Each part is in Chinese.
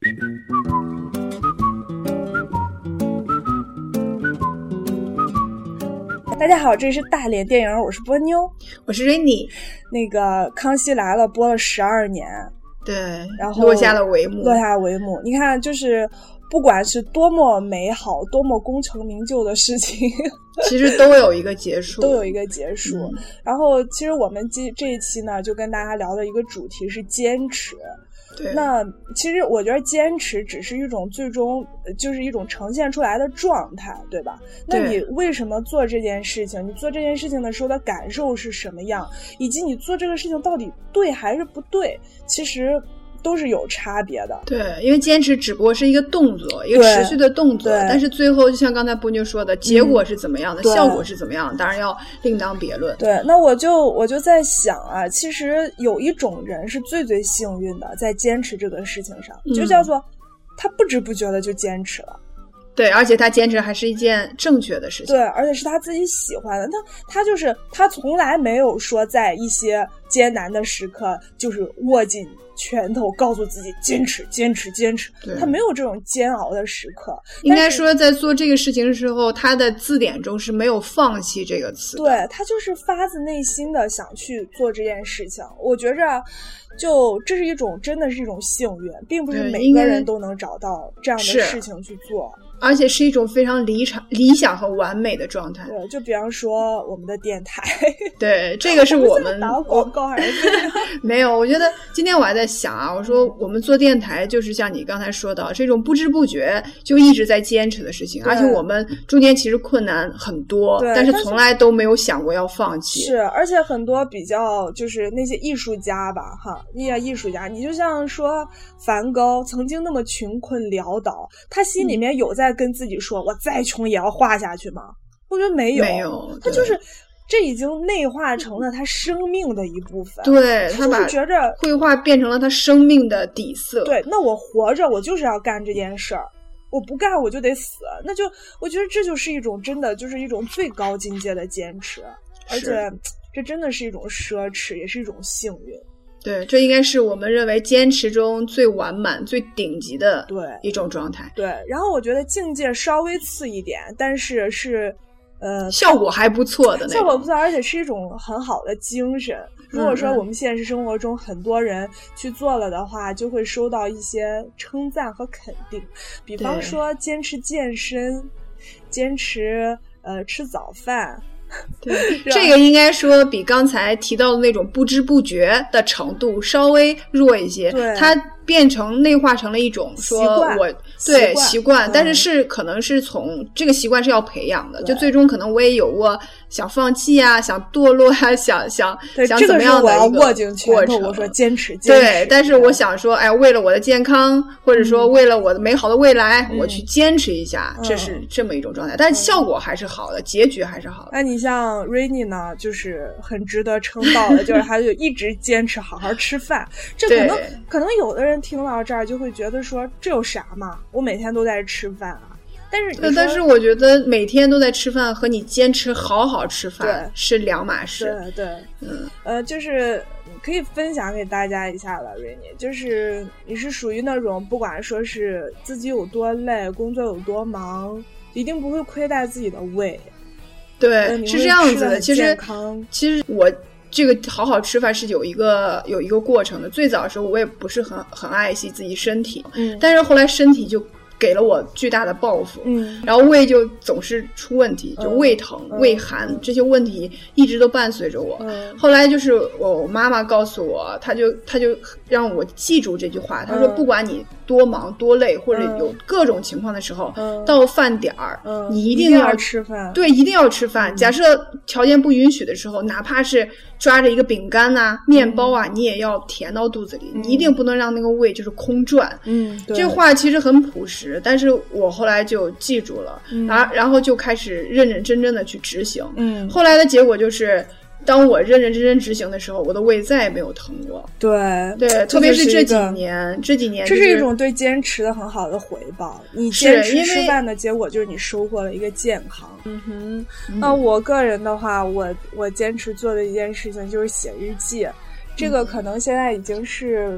大家好，这是大连电影，我是波妞， 我是瑞妮。 那个康熙来了播了12年， 对， 然后落下了帷幕。 你看，就是不管是多么美好、多么功成名就的事情， 其实都有一个结束， 然后，其实我们这一期呢，就跟大家聊的一个主题是坚持。 对， 那其实我觉得坚持只是一种最终就是一种呈现出来的状态，对吧？那你为什么做这件事情？你做这件事情的时候的感受是什么样？以及你做这个事情到底对还是不对？其实都是有差别的。 对，因为坚持只不过是一个动作，一个持续的动作，但是最后就像刚才波妞说的，结果是怎么样的，效果是怎么样的，当然要另当别论。 对，那我就在想啊，其实有一种人是最最幸运的，在坚持这个事情上，就叫做他不知不觉的就坚持了。 对，而且他坚持还是一件正确的事情。 对，而且是他自己喜欢的。他从来没有说在一些艰难的时刻就是握紧拳头告诉自己坚持。他没有这种煎熬的时刻。 应该说在做这个事情的时候，他的字典中是没有放弃这个词的。 对，他就是发自内心的想去做这件事情。我觉着就这是真的是一种幸运，并不是每个人都能找到这样的事情去做。 而且是一种非常理想和完美的状态。 对，就比方说我们的电台。 对，这个是我们打广告还是没有？我觉得今天我还在想啊，我说我们做电台就是像你刚才说到这种不知不觉就一直在坚持的事情，而且我们中间其实困难很多，但是从来都没有想过要放弃。 是，而且很多比较就是那些艺术家吧，艺术家，你就像说梵高曾经那么穷困潦倒，他心里面有在跟自己说我再穷也要画下去吗？我觉得没有，他就是这已经内化成了他生命的一部分。 对， 他就是觉着绘画变成了他生命的底色。 对，那我活着我就是要干这件事儿，我不干我就得死。那就我觉得这就是一种真的就是一种最高境界的坚持，而且这真的是一种奢侈，也是一种幸运。 对，这应该是我们认为坚持中最完满、最顶级的一种状态。 对，然后我觉得境界稍微次一点，但是效果还不错的那种。 效果不错，而且是一种很好的精神。如果说我们现实生活中很多人去做了的话，就会收到一些称赞和肯定。比方说坚持健身，坚持吃早饭。 对，这个应该说比刚才提到的那种不知不觉的程度稍微弱一些。 对， 它内化成了一种说习惯，但是可能是从这个习惯是要培养的，就最终可能我也有过想放弃啊，想堕落啊，想怎么样的一个握紧拳头，我说坚持。 对，但是我想说，哎，为了我的健康，或者说为了我的美好的未来，我去坚持一下，这是这么一种状态，但是效果还是好的，结局还是好的。 那你像 Rainy 呢，就是很值得称道的，就是他就一直坚持好好吃饭。这可能有的人听到这儿就会觉得说，这有啥嘛？我每天都在吃饭啊。但是我觉得每天都在吃饭和你坚持好好吃饭是两码事。 对，就是可以分享给大家一下了 Rainy， 就是你是属于那种不管说是自己有多累，工作有多忙，一定不会亏待自己的胃。 对，是这样子的。其实我这个好好吃饭是有一个过程的。最早的时候我也不是很爱惜自己身体，但是后来身体就给了我巨大的报复，然后胃就总是出问题，就胃疼、胃寒这些问题一直都伴随着我。后来就是我妈妈告诉我，她就让我记住这句话，她说不管你多忙多累，或者有各种情况的时候，到饭点儿，你一定要吃饭。 对，一定要吃饭。假设条件不允许的时候，哪怕是抓着一个饼干啊、面包啊，你也要填到肚子里，你一定不能让那个胃就是空转。这话其实很朴实，但是我后来就记住了，然后就开始认认真真的去执行。后来的结果就是，当我认认真真执行的时候，我的胃再也没有疼过。对，特别是这几年，这是一种对坚持的很好的回报。你坚持吃饭的结果就是你收获了一个健康。那我个人的话，我坚持做的一件事情就是写日记。这个可能现在已经是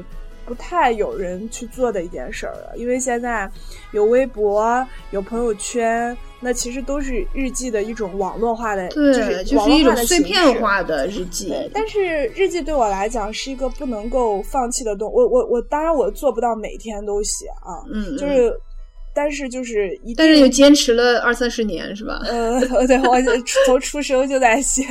不太有人去做的一件事儿了，因为现在有微博有朋友圈，那其实都是日记的一种网络化的， 对， 就是一种碎片化的日记。 但是日记对我来讲是一个不能够放弃的东西。我当然我做不到每天都写啊，就是但是就是但是又坚持了20-30年是吧？ 对，我从出生就在写。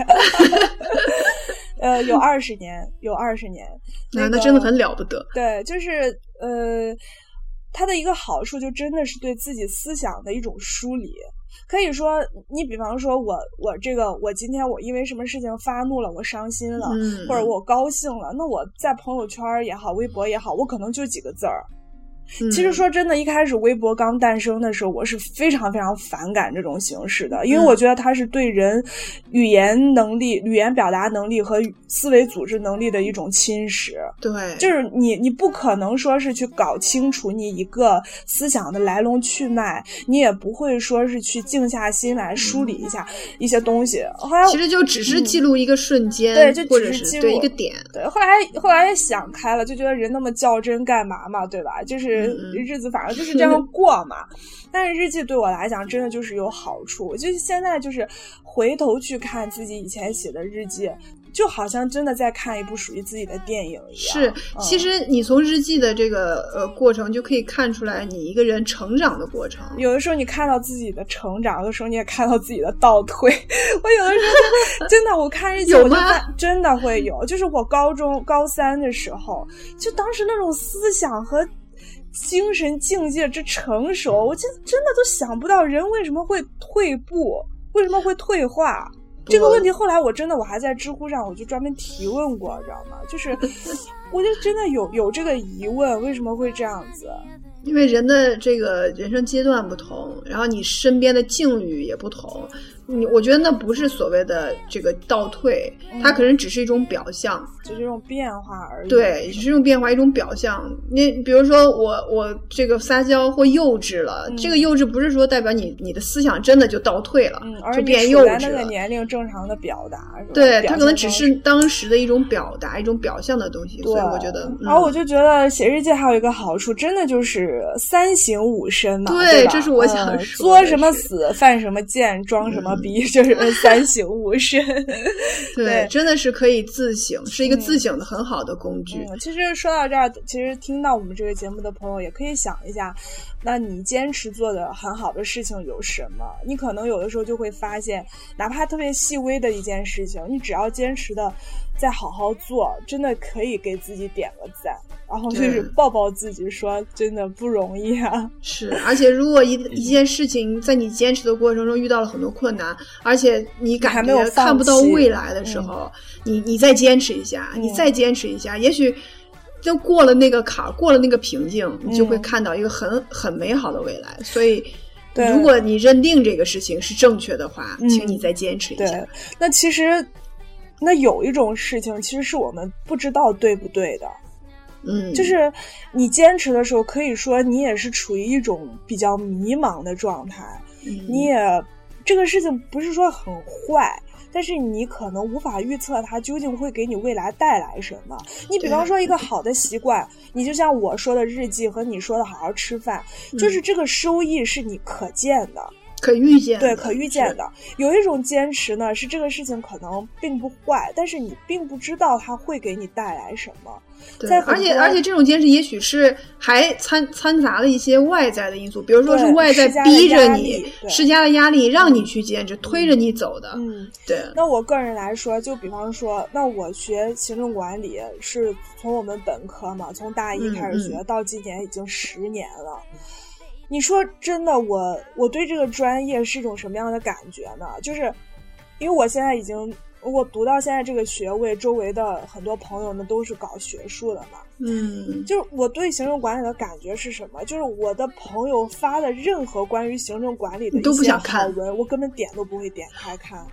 有20年，那真的很了不得。 对，就是它的一个好处就真的是对自己思想的一种梳理。可以说，你比方说我今天我因为什么事情发怒了，我伤心了，或者我高兴了，那我在朋友圈也好，微博也好，我可能就几个字儿。其实说真的，一开始微博刚诞生的时候，我是非常非常反感这种形式的，因为我觉得它是对人语言能力、语言表达能力和思维组织能力的一种侵蚀。 对， 就是你不可能说是去搞清楚你一个思想的来龙去脉，你也不会说是去静下心来梳理一下一些东西。后来其实就只是记录一个瞬间， 对，就只是记录一个点。 对，后来也想开了，就觉得人那么较真干嘛嘛，对吧？就是日子反正就是这样过嘛。但是日记对我来讲真的就是有好处，就是现在就是回头去看自己以前写的日记，就好像真的在看一部属于自己的电影一样。 是，其实你从日记的这个过程就可以看出来你一个人成长的过程。 有的时候你看到自己的成长，有的时候你也看到自己的倒退。我有的时候真的，我看日记，我就真的会有，就是我高3的时候，就当时那种思想和精神境界之成熟，我真的都想不到人为什么会退步，为什么会退化。这个问题后来我还在知乎上我就专门提问过，知道吗？就是我就真的有这个疑问，为什么会这样子？ 因为人的这个人生阶段不同，然后你身边的境遇也不同，我觉得那不是所谓的这个倒退，它可能只是一种表象， 就是一种变化而已。 对，只是一种变化，一种表象。你比如说我这个撒娇或幼稚了，这个幼稚不是说代表你的思想真的就倒退了，就变幼稚了。 而且你处在那个年龄正常的表达， 对，它可能只是当时的一种表达，一种表象的东西。所以我觉得， 然后我就觉得写日记还有一个好处，真的就是3省5身嘛。 对，这是我想说作什么死，犯什么贱，装什么逼，就是3省5身。 对，真的是可以自省，是一个自省的很好的工具。 其实说到这儿，其实听到我们这个节目的朋友也可以想一下，那你坚持做的很好的事情有什么？你可能有的时候就会发现，哪怕特别细微的一件事情，你只要坚持的再好好做，真的可以给自己点个赞，然后就是抱抱自己说真的不容易啊。 是，而且如果一件事情在你坚持的过程中遇到了很多困难，而且你感觉看不到未来的时候，你再坚持一下，你再坚持一下，也许就过了那个坎，过了那个瓶颈，你就会看到一个很美好的未来。所以如果你认定这个事情是正确的话，请你再坚持一下。 对，那其实那有一种事情其实是我们不知道对不对的，就是你坚持的时候，可以说你也是处于一种比较迷茫的状态，你也这个事情不是说很坏，但是你可能无法预测它究竟会给你未来带来什么。你比方说一个好的习惯，你就像我说的日记和你说的好好吃饭，就是这个收益是你可见的， 可预见的。 对，可预见的。有一种坚持呢，是这个事情可能并不坏，但是你并不知道它会给你带来什么。 对，而且这种坚持也许是还掺杂了一些外在的因素，比如说是外在逼着你施加的压力让你去坚持，推着你走的。对。 那我个人来说，就比方说，那我学行政管理是从我们本科嘛，从大一开始学，到今年已经10年了。你说真的，我对这个专业是一种什么样的感觉呢？就是因为我现在我读到现在这个学位，周围的很多朋友们都是搞学术的嘛。就是我对行政管理的感觉是什么？就是我的朋友发的任何关于行政管理的一些好文，我根本点都不会点开看。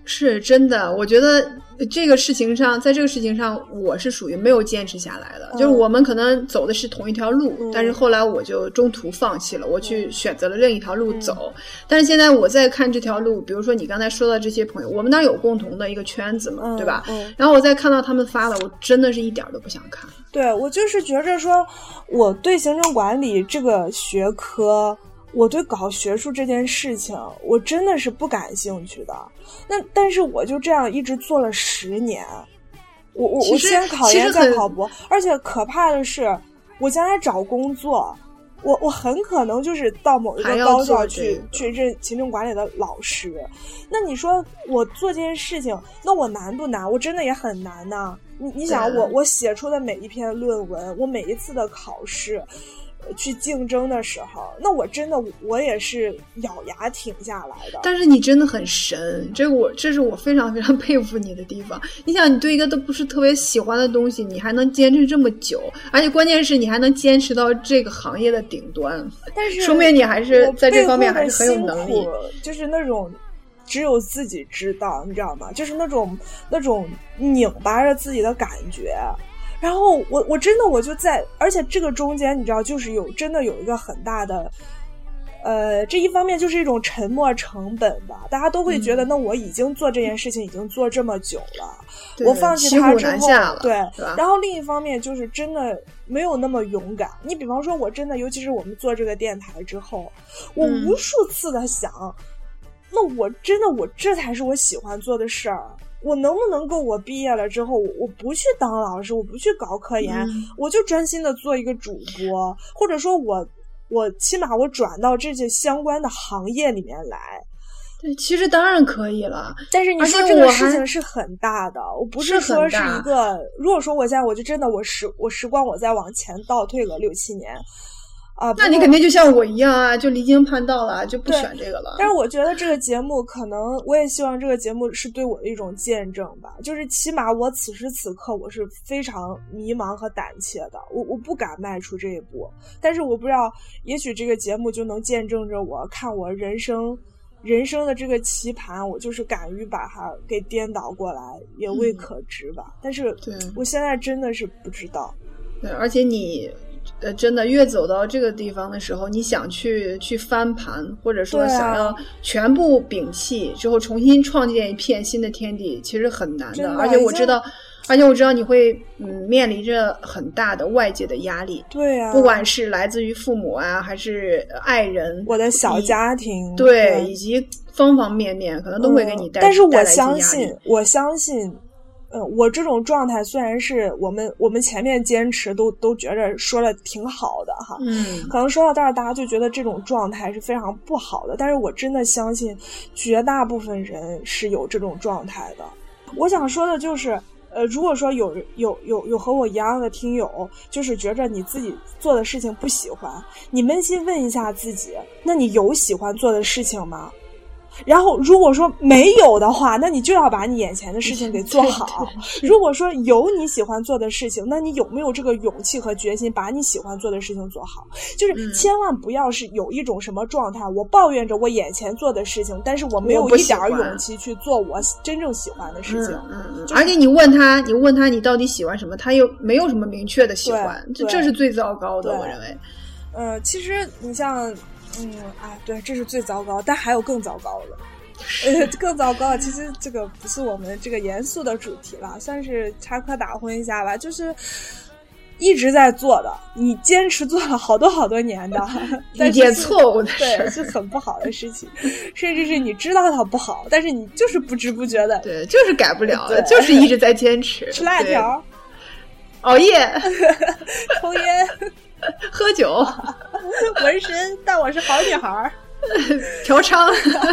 是真的，我觉得这个事情上，在这个事情上，我是属于没有坚持下来的。就是我们可能走的是同一条路，但是后来我就中途放弃了，我去选择了另一条路走。但是现在我在看这条路，比如说你刚才说的这些朋友，我们那儿有共同的一个圈子嘛，对吧？然后我再看到他们发的，我真的是一点都不想看。 对，我就是觉着说，我对行政管理这个学科，我对搞学术这件事情，我真的是不感兴趣的。但是我就这样一直做了10年，我先考研再考博，而且可怕的是，我将来找工作，我很可能就是到某一个高校去任行政管理的老师。那你说我做这件事情，那我难不难？我真的也很难呐。你想我写出的每一篇论文，我每一次的考试去竞争的时候，那我真的我也是咬牙挺下来的。 但是你真的很神，这是我非常非常佩服你的地方。你想，你对一个都不是特别喜欢的东西，你还能坚持这么久，而且关键是你还能坚持到这个行业的顶端， 但是说明你还是在这方面还是很有能力。 就是那种只有自己知道，你知道吗？就是那种拧巴着自己的感觉。然后我真的我就在，而且这个中间你知道，就是真的有一个很大的，这一方面就是一种沉没成本吧。大家都会觉得，那我已经做这件事情已经做这么久了，我放弃它之后，对。然后另一方面就是真的没有那么勇敢。你比方说，我真的，尤其是我们做这个电台之后，我无数次的想，那我真的我这才是我喜欢做的事儿。我能不能够我毕业了之后，我不去当老师，我不去搞科研，我就专心的做一个主播，或者说我起码我转到这些相关的行业里面来。 对，其实当然可以了， 但是你说这个事情是很大的，我不是说是一个，如果说我现在我就真的我时光我再往前倒退个6-7年。 那你肯定就像我一样啊，就离经叛道了，就不选这个了。 但是我觉得这个节目可能，我也希望这个节目是对我的一种见证吧。就是起码我此时此刻我是非常迷茫和胆怯的，我不敢迈出这一步。但是我不知道，也许这个节目就能见证着我看我人生的这个棋盘，我就是敢于把它给颠倒过来，也未可知吧。但是我现在真的是不知道。 对，而且你。真的越走到这个地方的时候，你想去翻盘，或者说想要全部摒弃之后重新创建一片新的天地，其实很难的。而且我知道你会面临着很大的外界的压力。 对啊， 不管是来自于父母啊，还是爱人， 我的小家庭， 对，以及方方面面可能都会给你带来一些压力。 但是我相信我这种状态虽然是我们前面坚持都觉着说了挺好的哈，可能说到这儿大家就觉得这种状态是非常不好的，但是我真的相信绝大部分人是有这种状态的。我想说的就是如果说有和我一样的听友，就是觉着你自己做的事情不喜欢，你扪心问一下自己，那你有喜欢做的事情吗？然后如果说没有的话，那你就要把你眼前的事情给做好。如果说有你喜欢做的事情，那你有没有这个勇气和决心把你喜欢做的事情做好？就是千万不要是有一种什么状态，我抱怨着我眼前做的事情，但是我没有一点勇气去做我真正喜欢的事情。 而且你问他你到底喜欢什么，他又没有什么明确的喜欢，这是最糟糕的，我认为。 其实你像对，这是最糟糕，但还有更糟糕的。更糟糕的，其实这个不是我们这个严肃的主题了，算是插科打诨一下吧。就是一直在做的，你坚持做了好多年的， 一件错误的事， 对，是很不好的事情，甚至是你知道它不好，但是你就是不知不觉的， 对，就是改不了了，就是一直在坚持， 吃辣条， 熬夜， 抽烟。 喝酒， 纹身，但我是好女孩。 嫖娼，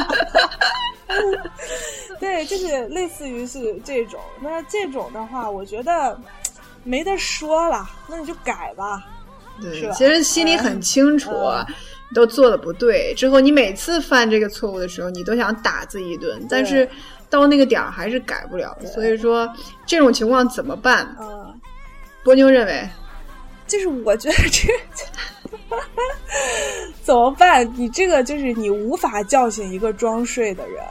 对，就是类似于是这种。那这种的话，我觉得没得说了，那你就改吧， 对， 是吧？ 其实心里很清楚，你都做的不对。之后你每次犯这个错误的时候，你都想打自己一顿，但是到那个点儿还是改不了。所以说这种情况怎么办？波妞认为。 就是我觉得这怎么办？你这个就是你无法叫醒一个装睡的人，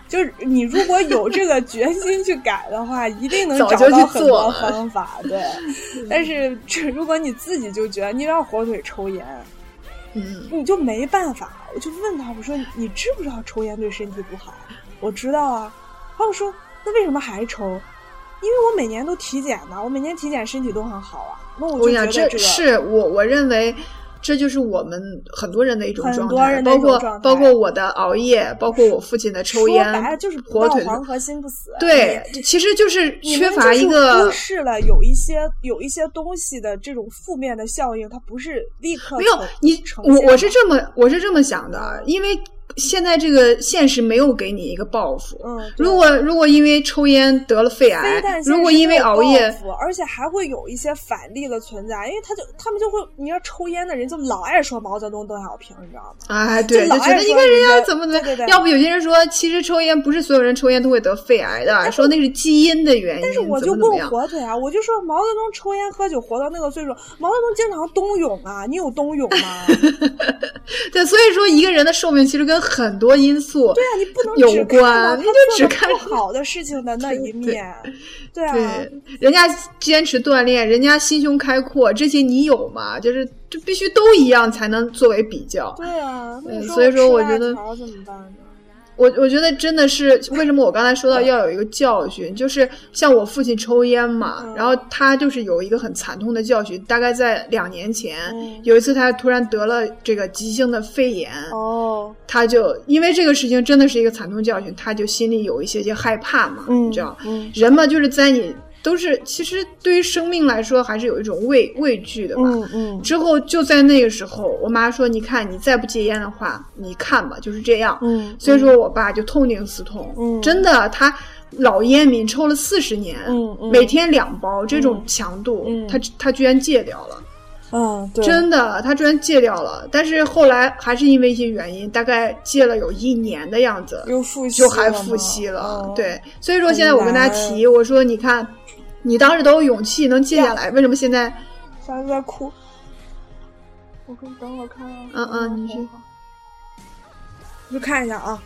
就是你如果有这个决心去改的话，一定能找到很多方法。对，但是如果你自己就觉得你要火腿抽烟，你就没办法。我就问他，我说你知不知道抽烟对身体不好？我知道啊。他说那为什么还抽？因为我每年都体检呢，我每年体检身体都很好啊。那我就觉得这个是我认为。这就是我们很多人的一种状态，包括我的熬夜，包括我父亲的抽烟， 说白了就是不到黄河心不死。 对，其实就是缺乏一个忽视了有一些东西的这种负面的效应，它不是立刻没有你我是这么想的，因为现在这个现实没有给你一个报复。如果因为抽烟得了肺癌，如果因为熬夜， 而且还会有一些反例的存在，因为他们就会，你要抽烟的人就老爱说毛泽东、邓小平，你知道吗？ 哎，对，就觉得你看人家怎么对， 要不有些人说，其实抽烟不是所有人抽烟都会得肺癌的，说那是基因的原因。 但是我就问火腿啊，我就说毛泽东抽烟喝酒活到那个岁数，毛泽东经常冬泳啊，你有冬泳吗？ 对，所以说一个人的寿命其实跟很多因素对啊，你不能有关，你就只看不好的事情的那一面。对啊， 对，人家坚持锻炼，人家心胸开阔，这些你有吗？就必须都一样才能作为比较。 对啊， 所以说我觉得怎么办呢？ 我觉得真的是为什么我刚才说到要有一个教训，就是像我父亲抽烟嘛，然后他就是有一个很惨痛的教训，大概在2年前，有一次他突然得了这个急性的肺炎，他就因为这个事情真的是一个惨痛教训，他就心里有一些害怕嘛，你知道，人嘛就是在你都是其实对于生命来说还是有一种畏惧的吧。之后就在那个时候，我妈说：“你看，你再不戒烟的话，你看吧，就是这样。”所以说我爸就痛定思痛，真的，他老烟民抽了40年，每天2包这种强度，他居然戒掉了。 对， 真的，他居然戒掉了，但是后来还是因为一些原因，大概戒了有1年的样子，就还复吸了。对，所以说现在我跟他提，我说你看。你当时都有勇气能戒下来，为什么现在？ 孩子在哭。我给你等会儿看啊。 你去。 你看一下啊。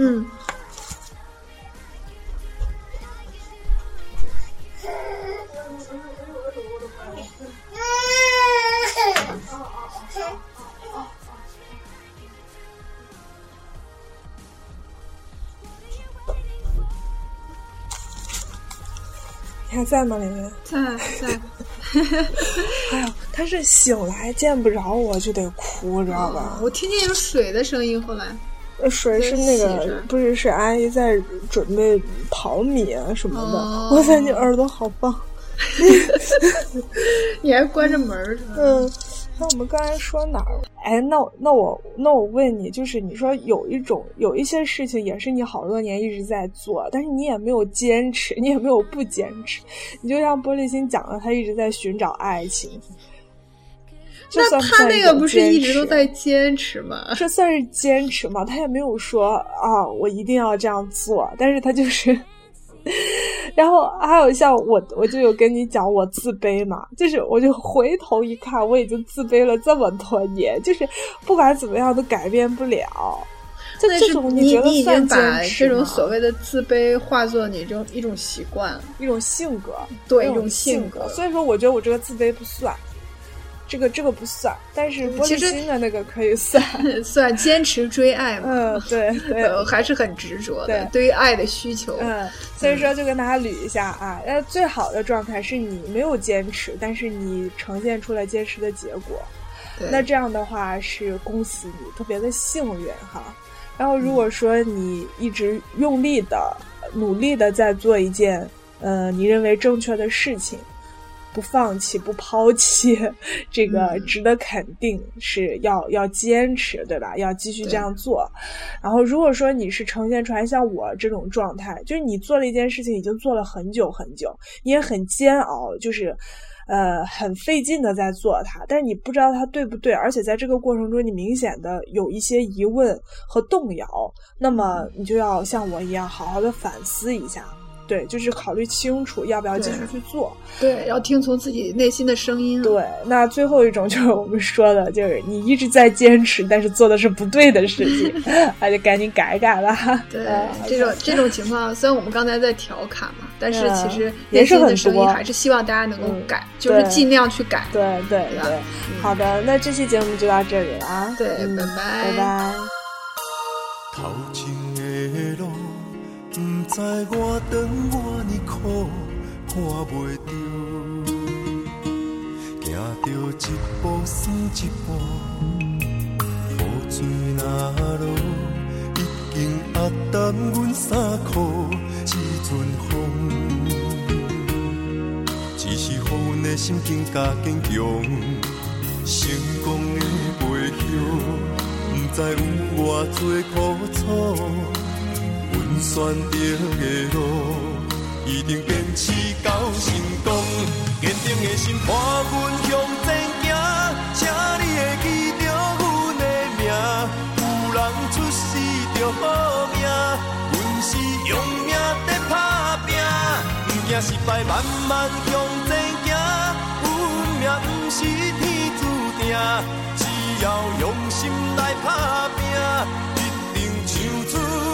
你还在吗，玲玲？ 在。 哎呀，他是醒来见不着我就得哭，知道吧？ 我听见有水的声音，后来。 水是那个，不是阿姨在准备淘米啊什么的。哇塞，你耳朵好棒！ 你还关着门是吧？ 那我们刚才说哪儿？哎，那我问你，就是你说有一些事情也是你好多年一直在做，但是你也没有坚持，你也没有不坚持。你就像玻璃心讲的，他一直在寻找爱情。 那他那个不是一直都在坚持吗？ 这算是坚持吗？他也没有说啊，我一定要这样做，但是他就是。然后还有像我就有跟你讲我自卑嘛，就是我就回头一看，我已经自卑了这么多年，就是不管怎么样都改变不了。就这种你觉得你已经把这种吗？ 所谓的自卑化作你一种习惯， 一种性格， 对，一种性格。 所以说，我觉得我这个自卑不算。这个不算，但是玻璃心的那个可以算， 算坚持追爱嘛。 对， 还是很执着的，对于爱的需求。 所以说就跟大家捋一下啊，最好的状态是你没有坚持，但是你呈现出来坚持的结果。那这样的话是恭喜你，特别的幸运哈。然后如果说你一直用力的、努力的在做一件你认为正确的事情。不放弃，不抛弃，这个值得肯定，是要坚持，对吧？要继续这样做。然后如果说你是呈现出来像我这种状态，就是你做了一件事情已经做了很久很久，你也很煎熬，就是很费劲的在做它，但是你不知道它对不对，而且在这个过程中你明显的有一些疑问和动摇，那么你就要像我一样好好的反思一下。 对，就是考虑清楚要不要继续去做。 对，要听从自己内心的声音。 对，那最后一种就是我们说的，就是你一直在坚持，但是做的是不对的事情，那就赶紧改改了。 对，这种情况，虽然我们刚才在调侃嘛，但是其实内心的声音还是希望大家能够改，就是尽量去改。 对。好的，那这期节目就到这里了啊。 对，拜拜。 拜拜。 头前的路，不知我长我呢苦，看袂着，行着一步算一步，雨水若落，已经压淡阮衫裤一阵风，只是予阮的心更加坚强，成功的背后，不知有偌多苦楚，阮选择的路，一定坚持到成功。坚定的心伴阮向前行，请你会记着阮的名。有人出世着好命，阮是用命在打拼，不惊失败，慢慢向前行。运命不是天注定，只要用心来打拼，一定唱出